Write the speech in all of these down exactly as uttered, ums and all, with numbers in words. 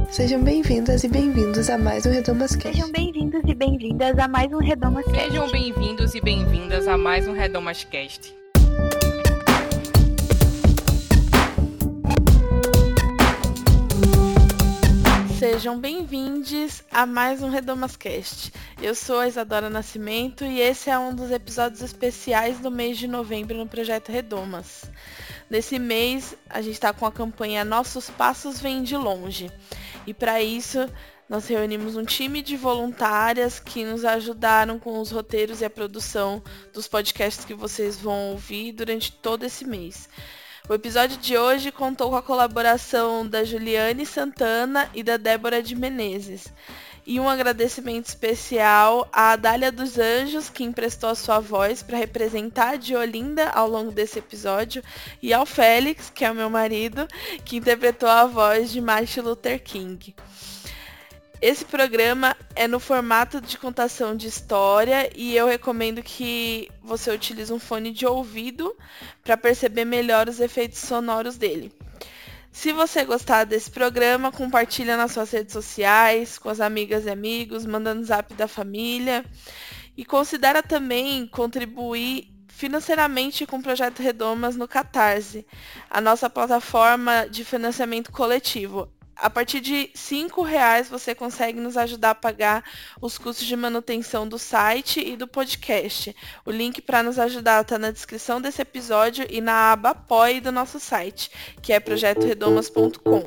Sejam bem-vindas e bem-vindos a mais um RedomasCast. Sejam bem-vindos e bem-vindas a mais um RedomasCast. Sejam bem-vindos e bem-vindas a mais um RedomasCast. Sejam bem-vindos a mais um RedomasCast. Eu sou a Isadora Nascimento e esse é um dos episódios especiais do mês de novembro no Projeto Redomas. Nesse mês, a gente está com a campanha Nossos Passos Vêm de Longe. E para isso, nós reunimos um time de voluntárias que nos ajudaram com os roteiros e a produção dos podcasts que vocês vão ouvir durante todo esse mês. O episódio de hoje contou com a colaboração da Juliane Santana e da Débora de Menezes. E um agradecimento especial à Dália dos Anjos, que emprestou a sua voz para representar a Diolinda ao longo desse episódio, e ao Félix, que é o meu marido, que interpretou a voz de Martin Luther King. Esse programa é no formato de contação de história e eu recomendo que você utilize um fone de ouvido para perceber melhor os efeitos sonoros dele. Se você gostar desse programa, compartilha nas suas redes sociais, com as amigas e amigos, manda no zap da família. E considera também contribuir financeiramente com o Projeto Redomas no Catarse, a nossa plataforma de financiamento coletivo. A partir de cinco reais você consegue nos ajudar a pagar os custos de manutenção do site e do podcast. O link para nos ajudar está na descrição desse episódio e na aba Apoie do nosso site, que é projeto redomas ponto com.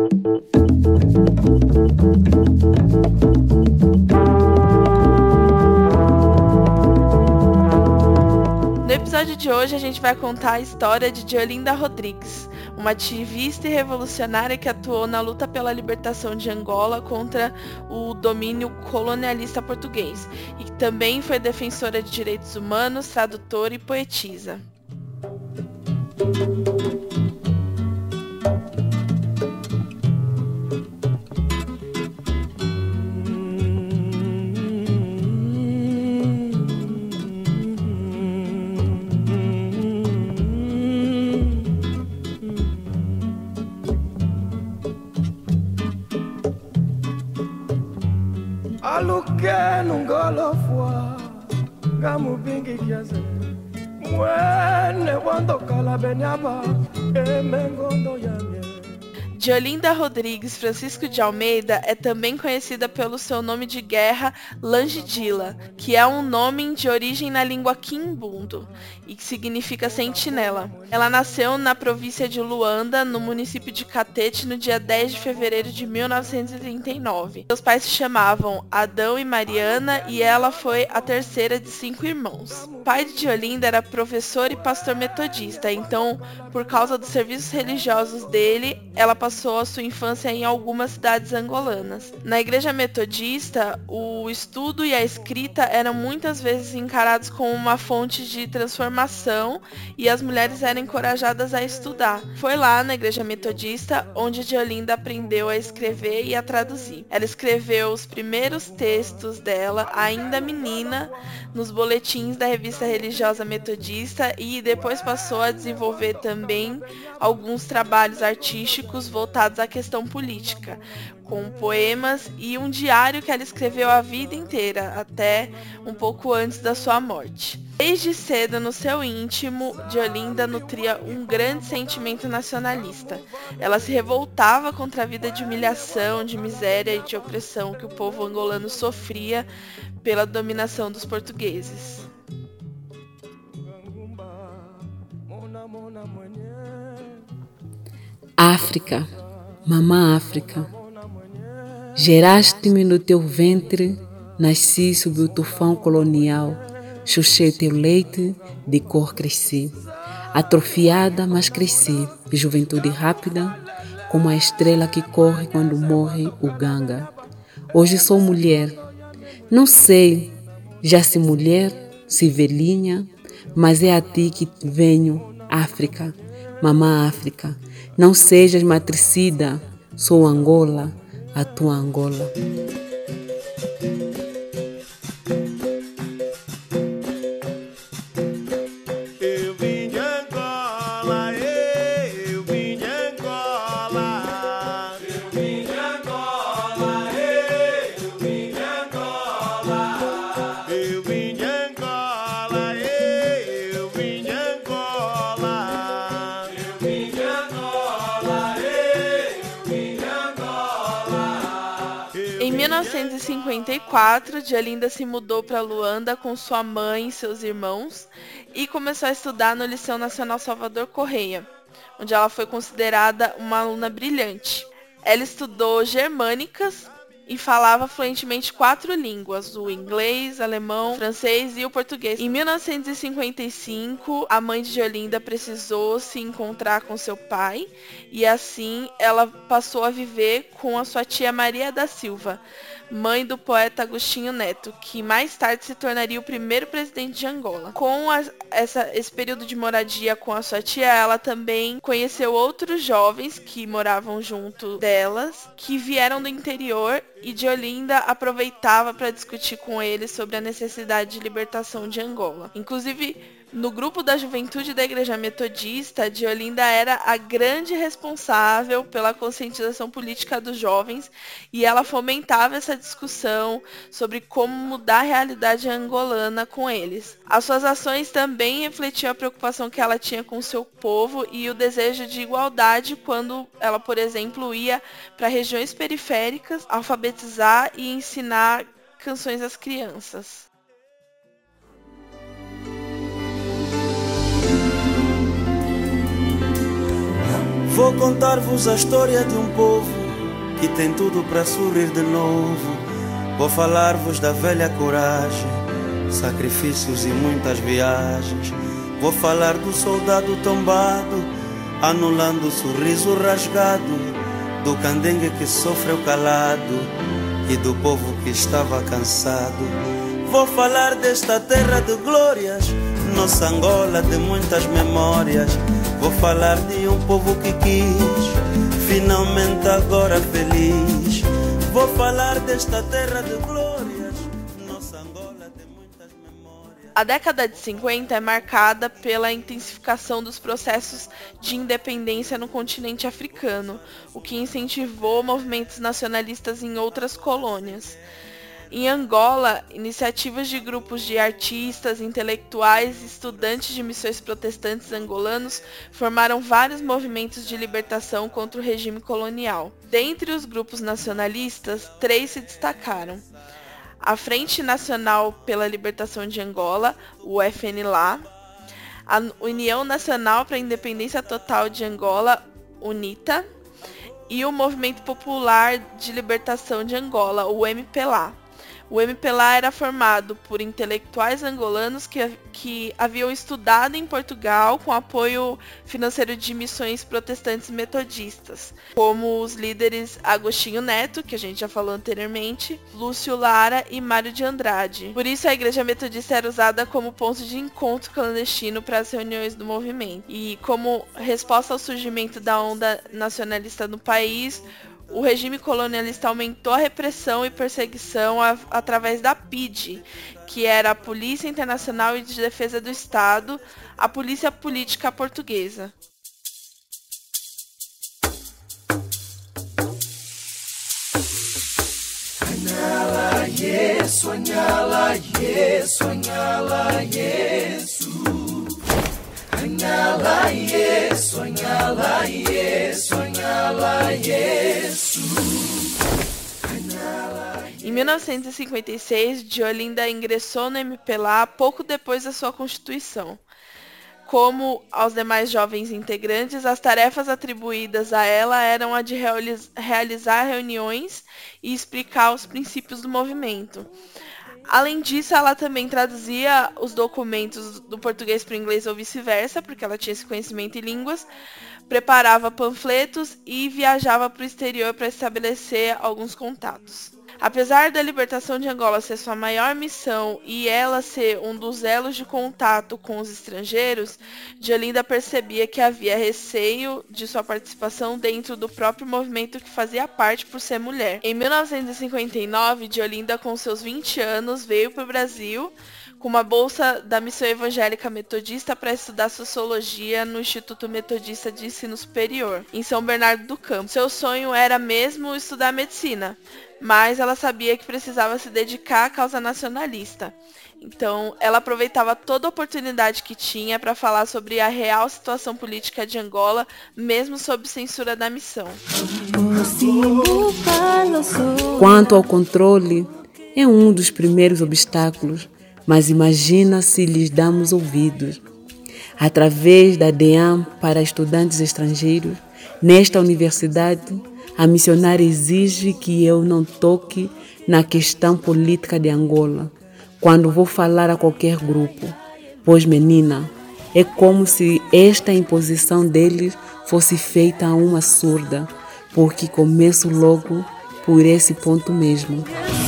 No episódio de hoje a gente vai contar a história de Diolinda Rodrigues, uma ativista e revolucionária que atuou na luta pela libertação de Angola contra o domínio colonialista português e que também foi defensora de direitos humanos, tradutora e poetisa. Diolinda Rodrigues Francisco de Almeida é também conhecida pelo seu nome de guerra Langidila, que é um nome de origem na língua quimbundo e que significa sentinela. Ela nasceu na província de Luanda, no município de Catete, no dia dez de fevereiro de mil novecentos e trinta e nove. Seus pais se chamavam Adão e Mariana e ela foi a terceira de cinco irmãos. O pai de Diolinda era professor e pastor metodista, então, por causa dos serviços religiosos dele, ela passou a sua infância em algumas cidades angolanas. Na igreja metodista, o estudo e a escrita eram muitas vezes encarados como uma fonte de transformação e as mulheres eram encorajadas a estudar. Foi lá, na igreja metodista, onde Diolinda aprendeu a escrever e a traduzir. Ela escreveu os primeiros textos dela, ainda menina, nos boletins da revista religiosa metodista e depois passou a desenvolver também alguns trabalhos artísticos voltados à questão política, com poemas e um diário que ela escreveu a vida inteira, até um pouco antes da sua morte. Desde cedo, no seu íntimo, Diolinda nutria um grande sentimento nacionalista. Ela se revoltava contra a vida de humilhação, de miséria e de opressão que o povo angolano sofria pela dominação dos portugueses. África, mamã África, geraste-me no teu ventre, nasci sob o tufão colonial, chuchei teu leite, de cor cresci, atrofiada mas cresci, de juventude rápida, como a estrela que corre quando morre o ganga. Hoje sou mulher, não sei, já se mulher, se velhinha, mas é a ti que venho, África, mamã África. Não sejas matricida, sou Angola, a tua Angola. Eu vim de Angola, eu vim de Angola, eu vim de Angola. mil novecentos e cinquenta e quatro, Diolinda se mudou para Luanda com sua mãe e seus irmãos e começou a estudar no Liceu Nacional Salvador Correia, onde ela foi considerada uma aluna brilhante. Ela estudou germânicas e falava fluentemente quatro línguas, o inglês, alemão, francês e o português. Em mil novecentos e cinquenta e cinco, a mãe de Diolinda precisou se encontrar com seu pai e assim ela passou a viver com a sua tia Maria da Silva, mãe do poeta Agostinho Neto, que mais tarde se tornaria o primeiro presidente de Angola. Com a, essa, esse período de moradia com a sua tia, ela também conheceu outros jovens que moravam junto delas, que vieram do interior, e Diolinda aproveitava para discutir com eles sobre a necessidade de libertação de Angola. Inclusive, no grupo da juventude da Igreja Metodista, Diolinda era a grande responsável pela conscientização política dos jovens e ela fomentava essa discussão sobre como mudar a realidade angolana com eles. As suas ações também refletiam a preocupação que ela tinha com o seu povo e o desejo de igualdade quando ela, por exemplo, ia para regiões periféricas alfabetizar e ensinar canções às crianças. Vou contar-vos a história de um povo que tem tudo para sorrir de novo. Vou falar-vos da velha coragem, sacrifícios e muitas viagens. Vou falar do soldado tombado, anulando o sorriso rasgado, do candengue que sofreu calado e do povo que estava cansado. Vou falar desta terra de glórias, nossa Angola de muitas memórias. Vou falar de um povo que quis, finalmente agora feliz. Vou falar desta terra de glórias, nossa Angola de muitas memórias. A década de cinquenta é marcada pela intensificação dos processos de independência no continente africano, o que incentivou movimentos nacionalistas em outras colônias. Em Angola, iniciativas de grupos de artistas, intelectuais e estudantes de missões protestantes angolanos formaram vários movimentos de libertação contra o regime colonial. Dentre os grupos nacionalistas, três se destacaram: a Frente Nacional pela Libertação de Angola, o F N L A, a União Nacional para a Independência Total de Angola, UNITA, e o Movimento Popular de Libertação de Angola, o M P L A. O M P L A era formado por intelectuais angolanos que, que haviam estudado em Portugal com apoio financeiro de missões protestantes metodistas, como os líderes Agostinho Neto, que a gente já falou anteriormente, Lúcio Lara e Mário de Andrade. Por isso a Igreja Metodista era usada como ponto de encontro clandestino para as reuniões do movimento. E como resposta ao surgimento da onda nacionalista no país, o regime colonialista aumentou a repressão e perseguição a, através da P I D, que era a Polícia Internacional de Defesa do Estado, a Polícia Política Portuguesa. Sonhá-la, yes, sonhá-la, yes, sonhá-la, yes. Sonhá-la, yes, sonhá-la, yes, sonhá-la, yes. Em mil novecentos e cinquenta e seis, Diolinda ingressou no M P L A pouco depois da sua constituição. Como aos demais jovens integrantes, as tarefas atribuídas a ela eram a de realizar reuniões e explicar os princípios do movimento. Além disso, ela também traduzia os documentos do português para o inglês ou vice-versa, porque ela tinha esse conhecimento em línguas, preparava panfletos e viajava para o exterior para estabelecer alguns contatos. Apesar da libertação de Angola ser sua maior missão e ela ser um dos elos de contato com os estrangeiros, Diolinda percebia que havia receio de sua participação dentro do próprio movimento que fazia parte por ser mulher. Em mil novecentos e cinquenta e nove, Diolinda, com seus vinte anos, veio para o Brasil com uma bolsa da Missão Evangélica Metodista para estudar Sociologia no Instituto Metodista de Ensino Superior, em São Bernardo do Campo. Seu sonho era mesmo estudar medicina, mas ela sabia que precisava se dedicar à causa nacionalista. Então, ela aproveitava toda a oportunidade que tinha para falar sobre a real situação política de Angola, mesmo sob censura da missão. Quanto ao controle, é um dos primeiros obstáculos, mas imagina se lhes damos ouvidos. Através da D E A M para estudantes estrangeiros, nesta universidade, a missionária exige que eu não toque na questão política de Angola, quando vou falar a qualquer grupo. Pois, menina, é como se esta imposição deles fosse feita a uma surda, porque começo logo por esse ponto mesmo.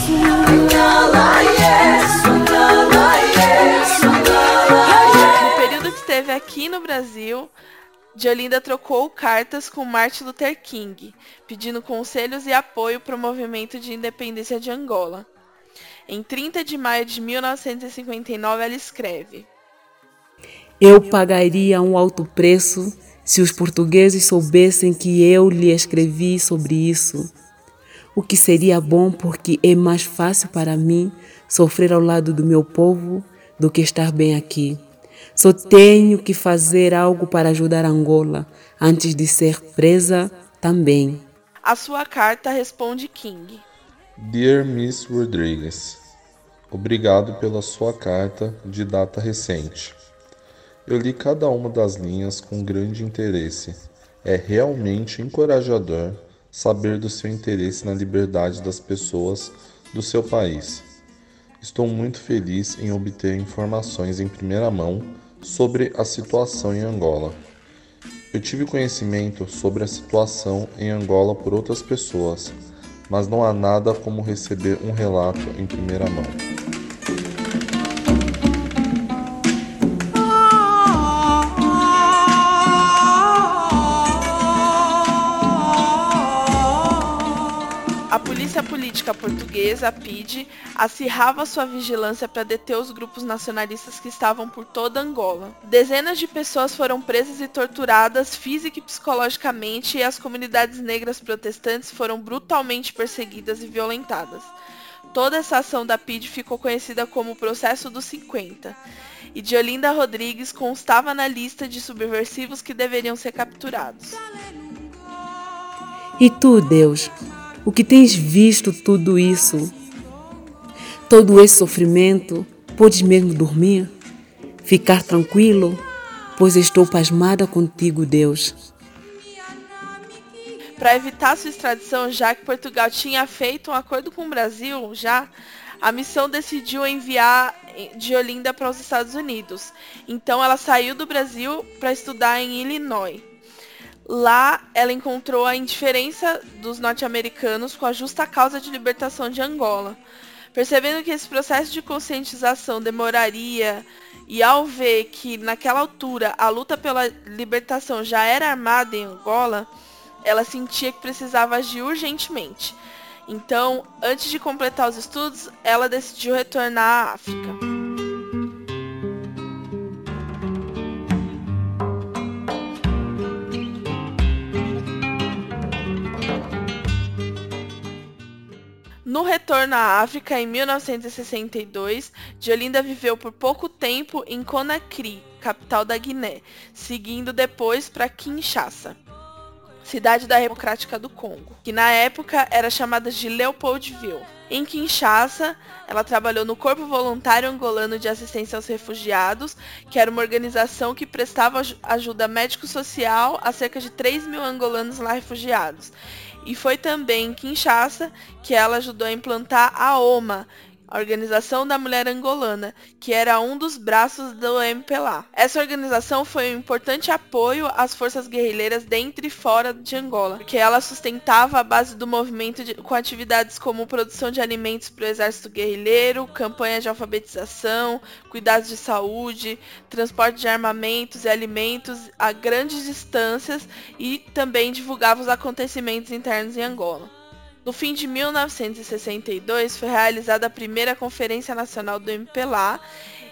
No período que esteve aqui no Brasil, Diolinda trocou cartas com Martin Luther King, pedindo conselhos e apoio para o movimento de independência de Angola. Em trinta de maio de mil novecentos e cinquenta e nove, ela escreve: Eu pagaria um alto preço se os portugueses soubessem que eu lhe escrevi sobre isso. O que seria bom, porque é mais fácil para mim sofrer ao lado do meu povo do que estar bem aqui. Só tenho que fazer algo para ajudar Angola antes de ser presa também. A sua carta responde King. Dear Miss Rodrigues, obrigado pela sua carta de data recente. Eu li cada uma das linhas com grande interesse. É realmente encorajador saber do seu interesse na liberdade das pessoas do seu país. Estou muito feliz em obter informações em primeira mão sobre a situação em Angola. Eu tive conhecimento sobre a situação em Angola por outras pessoas, mas não há nada como receber um relato em primeira mão. A polícia política portuguesa, a P I D, acirrava sua vigilância para deter os grupos nacionalistas que estavam por toda Angola. Dezenas de pessoas foram presas e torturadas física e psicologicamente, e as comunidades negras protestantes foram brutalmente perseguidas e violentadas. Toda essa ação da P I D ficou conhecida como o Processo dos cinquenta, e Diolinda Rodrigues constava na lista de subversivos que deveriam ser capturados. E tu, Deus, o que tens visto tudo isso? Todo esse sofrimento, podes mesmo dormir? Ficar tranquilo? Pois estou pasmada contigo, Deus. Para evitar sua extradição, já que Portugal tinha feito um acordo com o Brasil, já, a missão decidiu enviar Diolinda para os Estados Unidos. Então ela saiu do Brasil para estudar em Illinois. Lá, ela encontrou a indiferença dos norte-americanos com a justa causa de libertação de Angola. Percebendo que esse processo de conscientização demoraria, e ao ver que, naquela altura, a luta pela libertação já era armada em Angola, ela sentia que precisava agir urgentemente. Então, antes de completar os estudos, ela decidiu retornar à África. No retorno à África, em mil novecentos e sessenta e dois, Diolinda viveu por pouco tempo em Conakry, capital da Guiné, seguindo depois para Kinshasa, cidade da Democrática do Congo, que na época era chamada de Leopoldville. Em Kinshasa, ela trabalhou no Corpo Voluntário Angolano de Assistência aos Refugiados, que era uma organização que prestava ajuda médico-social a cerca de três mil angolanos lá refugiados. E foi também em Kinshasa que ela ajudou a implantar a O M A, a Organização da Mulher Angolana, que era um dos braços do M P L A. Essa organização foi um importante apoio às forças guerrilheiras dentro e fora de Angola, porque ela sustentava a base do movimento de, com atividades como produção de alimentos para o exército guerrilheiro, campanha de alfabetização, cuidados de saúde, transporte de armamentos e alimentos a grandes distâncias, e também divulgava os acontecimentos internos em Angola. No fim de mil novecentos e sessenta e dois, foi realizada a primeira Conferência Nacional do M P L A,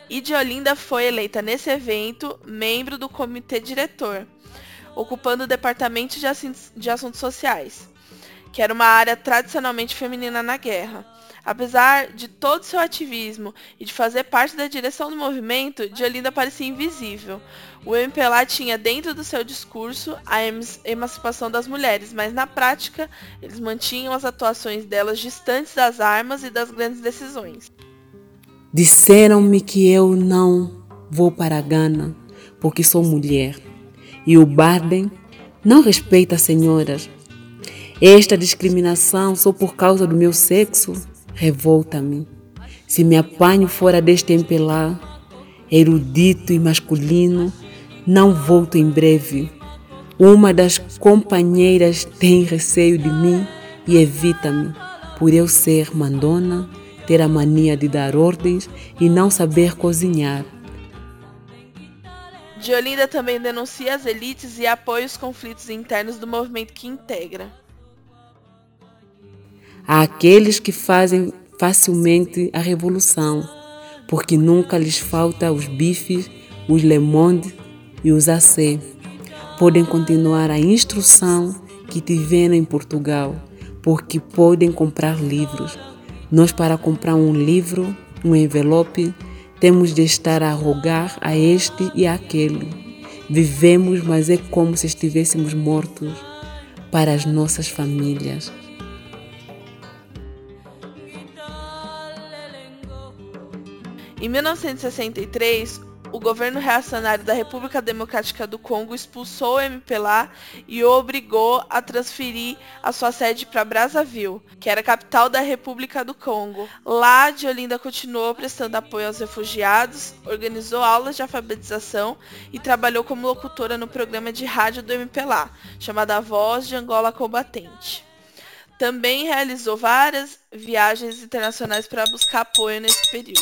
e Diolinda foi eleita nesse evento membro do comitê diretor, ocupando o departamento de, assuntos, de assuntos sociais, que era uma área tradicionalmente feminina na guerra. Apesar de todo seu ativismo e de fazer parte da direção do movimento, Diolinda parecia invisível. O M P L A tinha dentro do seu discurso a emancipação das mulheres, mas na prática eles mantinham as atuações delas distantes das armas e das grandes decisões. Disseram-me que eu não vou para a Gana porque sou mulher e o Biden não respeita as senhoras. Esta discriminação só por causa do meu sexo revolta-me. Se me apanho fora deste M P L A, erudito e masculino, não volto em breve. Uma das companheiras tem receio de mim e evita-me, por eu ser mandona, ter a mania de dar ordens e não saber cozinhar. Diolinda também denuncia as elites e apoia os conflitos internos do movimento que integra. Há aqueles que fazem facilmente a revolução, porque nunca lhes falta os bifes, os Le Monde e os A C. Podem continuar a instrução que tiveram em Portugal, porque podem comprar livros. Nós, para comprar um livro, um envelope, temos de estar a rogar a este e àquele. Vivemos, mas é como se estivéssemos mortos para as nossas famílias. Em mil novecentos e sessenta e três, o governo reacionário da República Democrática do Congo expulsou o M P L A e o obrigou a transferir a sua sede para Brazzaville, que era a capital da República do Congo. Lá, Diolinda continuou prestando apoio aos refugiados, organizou aulas de alfabetização e trabalhou como locutora no programa de rádio do M P L A, chamado A Voz de Angola Combatente. Também realizou várias viagens internacionais para buscar apoio nesse período.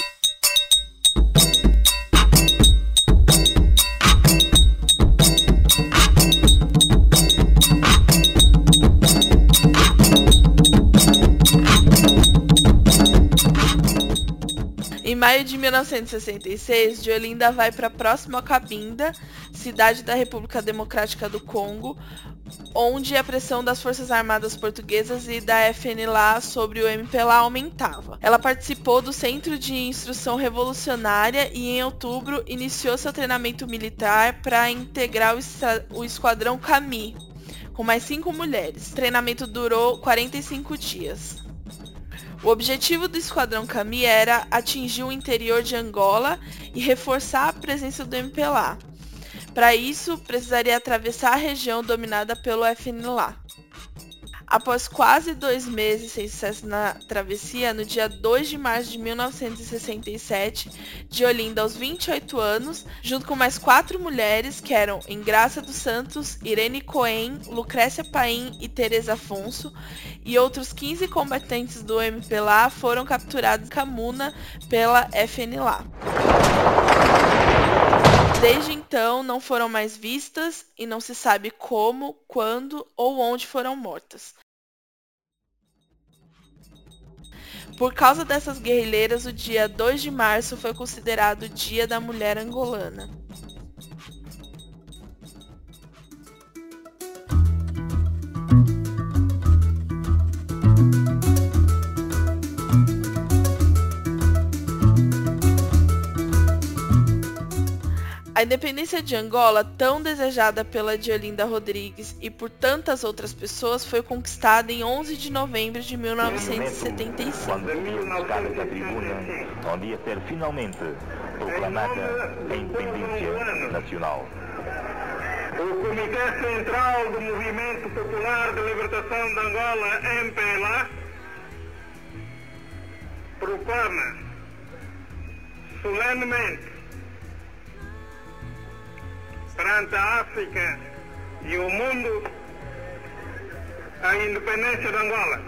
Em maio de mil novecentos e sessenta e seis, Diolinda vai para próximo a Cabinda, cidade da República Democrática do Congo, onde a pressão das Forças Armadas Portuguesas e da F N L A sobre o M P L A aumentava. Ela participou do Centro de Instrução Revolucionária e, em outubro, iniciou seu treinamento militar para integrar o, o Esquadrão Cami, com mais cinco mulheres. O treinamento durou quarenta e cinco dias. O objetivo do Esquadrão Cami era atingir o interior de Angola e reforçar a presença do M P L A. Para isso, precisaria atravessar a região dominada pelo F N L A. Após quase dois meses sem sucesso na travessia, no dia dois de março de mil novecentos e sessenta e sete, Diolinda, aos vinte e oito anos, junto com mais quatro mulheres, que eram Engraça dos Santos, Irene Cohen, Lucrécia Paim e Teresa Afonso, e outros quinze combatentes do M P L A foram capturados em Camuna pela F N L A. Desde então, não foram mais vistas e não se sabe como, quando ou onde foram mortas. Por causa dessas guerrilheiras, o dia dois de março foi considerado o Dia da Mulher Angolana. A independência de Angola, tão desejada pela Diolinda Rodrigues e por tantas outras pessoas, foi conquistada em onze de novembro de mil novecentos e setenta e cinco. Escadas da tribuna, onde ia ser finalmente proclamada a independência nacional. O Comitê Central do Movimento Popular de Libertação de Angola, M P L A, proclama solenemente perante a África e o mundo a independência de Angola.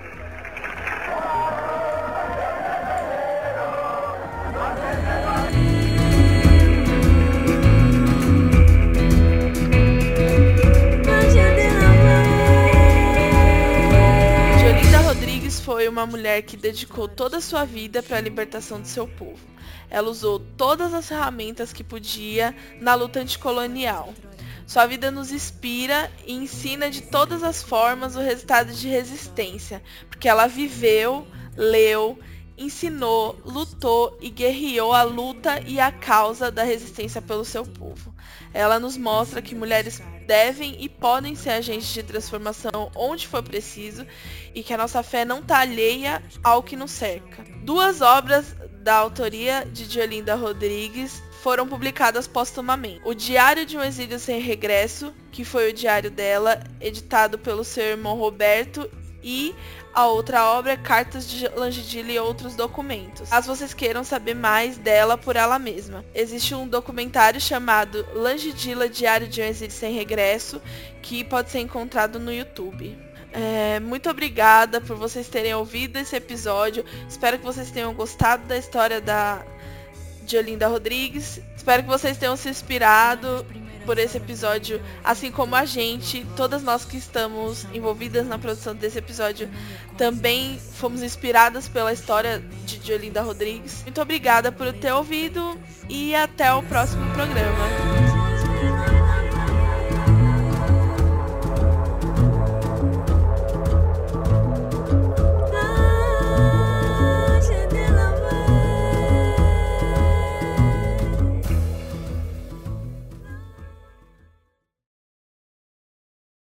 Diolinda Rodrigues foi uma mulher que dedicou toda a sua vida para a libertação do seu povo. Ela usou todas as ferramentas que podia na luta anticolonial. Sua vida nos inspira e ensina de todas as formas o resultado de resistência, porque ela viveu, leu, ensinou, lutou e guerreou a luta e a causa da resistência pelo seu povo. Ela nos mostra que mulheres devem e podem ser agentes de transformação onde for preciso e que a nossa fé não está alheia ao que nos cerca. Duas obras da autoria de Diolinda Rodrigues foram publicadas póstumamente. O Diário de um Exílio Sem Regresso, que foi o diário dela, editado pelo seu irmão Roberto, e a outra obra é Cartas de Langedila e Outros Documentos. Caso vocês queiram saber mais dela por ela mesma. Existe um documentário chamado Langedila, Diário de um Exílio Sem Regresso, que pode ser encontrado no YouTube. É, muito obrigada por vocês terem ouvido esse episódio. Espero que vocês tenham gostado da história da Diolinda Rodrigues. Espero que vocês tenham se inspirado por esse episódio, assim como a gente, todas nós que estamos envolvidas na produção desse episódio, também fomos inspiradas pela história de Diolinda Rodrigues. Muito obrigada por ter ouvido e até o próximo programa.